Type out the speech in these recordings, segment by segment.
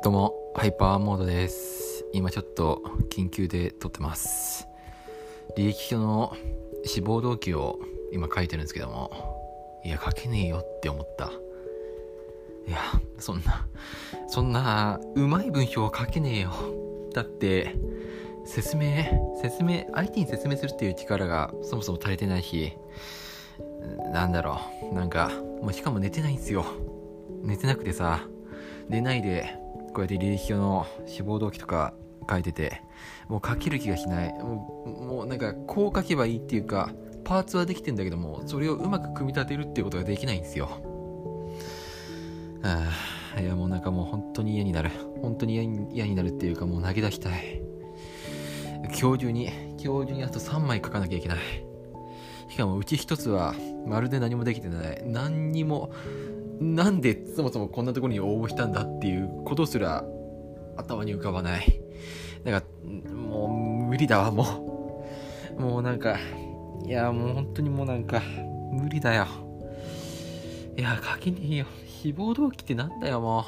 どうもハイパーモードです。今ちょっと緊急で撮ってます。履歴書の志望動機を今書いてるんですけども、いや書けねえよって思った。いやそんなうまい文章は書けねえよ。だって説明相手に説明するっていう力がそもそも足りてないし、もうしかも寝てないんですよ。寝てなくてさ、寝ないでこうやって履歴書の志望動機とか書いてて、もう書ける気がしない。もうなんかこう書けばいいっていうか、パーツはできてんだけども、それをうまく組み立てるっていうことができないんですよ。いやもうもう本当に嫌になるっていうか、もう投げ出したい。今日中にあと3枚書かなきゃいけない。しかもうち一つはまるで何もできてない。なんでそもそもこんなところに応募したんだっていうことすら頭に浮かばない。もう無理だわ。もういやもう本当にもう無理だよ。いや書けねえよ。志望動機ってなんだよも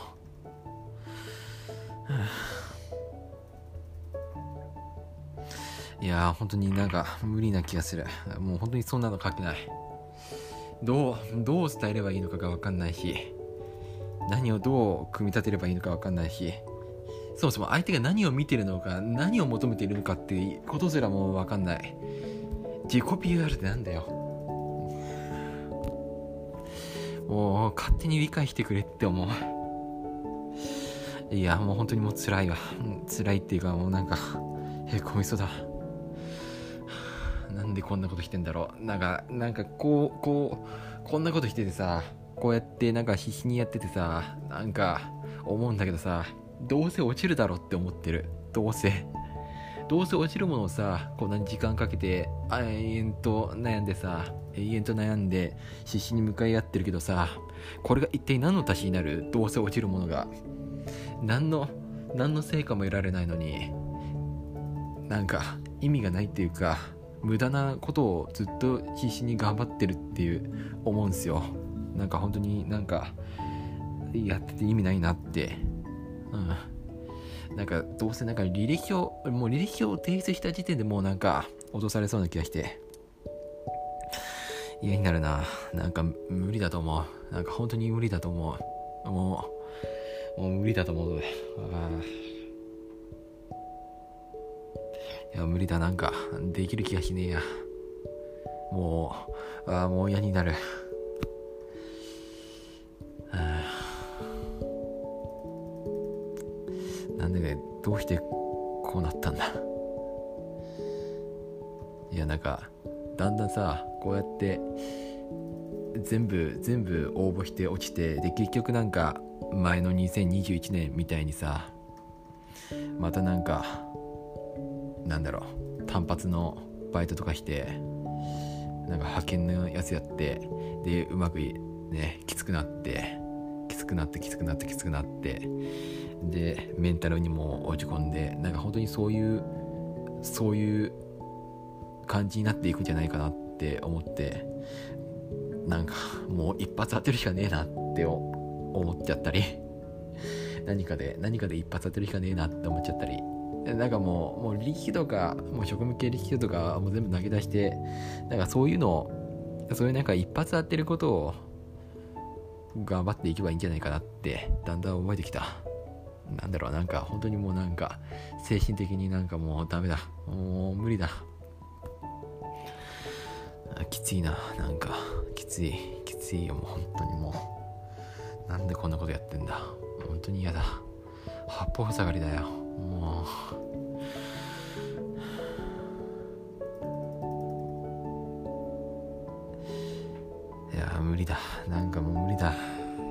う。いや本当に無理な気がする。もう本当にそんなの書けない。どう伝えればいいのかが分かんないし、何をどう組み立てればいいのか分かんないし、そもそも相手が何を見てるのか、何を求めているのかっていうことすらもう分かんない。自己 PR ってなんだよ。もう勝手に理解してくれって思う。いやもう本当にもう辛いわ。辛いっていうか、もうへこみそうだ。なんでこんなことしてんだろう。こんなことしててさ、こうやって必死にやっててさ、思うんだけどさ、どうせ落ちるだろって思ってる。どうせ落ちるものをさ、こんなに時間かけて永遠と悩んで必死に向かい合ってるけどさ、これが一体何の足しになる？どうせ落ちるものが何の成果も得られないのに、意味がないっていうか、無駄なことをずっと必死に頑張ってるっていう思うんですよ。本当にやってて意味ないなって。どうせ履歴書を提出した時点でもう落とされそうな気がして、嫌になるな。無理だと思う。本当に無理だと思う。もう無理だと思う。いや無理だ。できる気がしねえや。もう嫌になる。なんでどうしてこうなったんだ。いやだんだんさ、こうやって全部応募して落ちて、で結局前の2021年みたいにさ、また単発のバイトとかして派遣のやつやって、でうまくねきつくなってでメンタルにも落ち込んで、本当にそういう感じになっていくんじゃないかなって思って、もう一発当てるしかねえなって思っちゃったり、何かで一発当てるしかねえなって思っちゃったり、もう履歴とか、もう職務経歴とかもう全部投げ出して、そういう一発当てることを頑張っていけばいいんじゃないかなってだんだん思えてきた。本当にもう精神的にもうダメだ。もう無理だ。きついな。きついよ。もう本当にもうなんでこんなことやってんだ。本当に嫌だ。八方塞がりだよ。もういや無理だ。もう無理だ。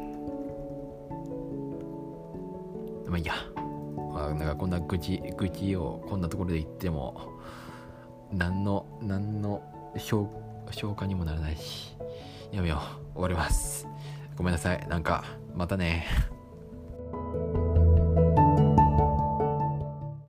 まあいいや。こんな愚痴をこんなところで言っても何の消化にもならないし、やめよう。終わります。ごめんなさい。またね。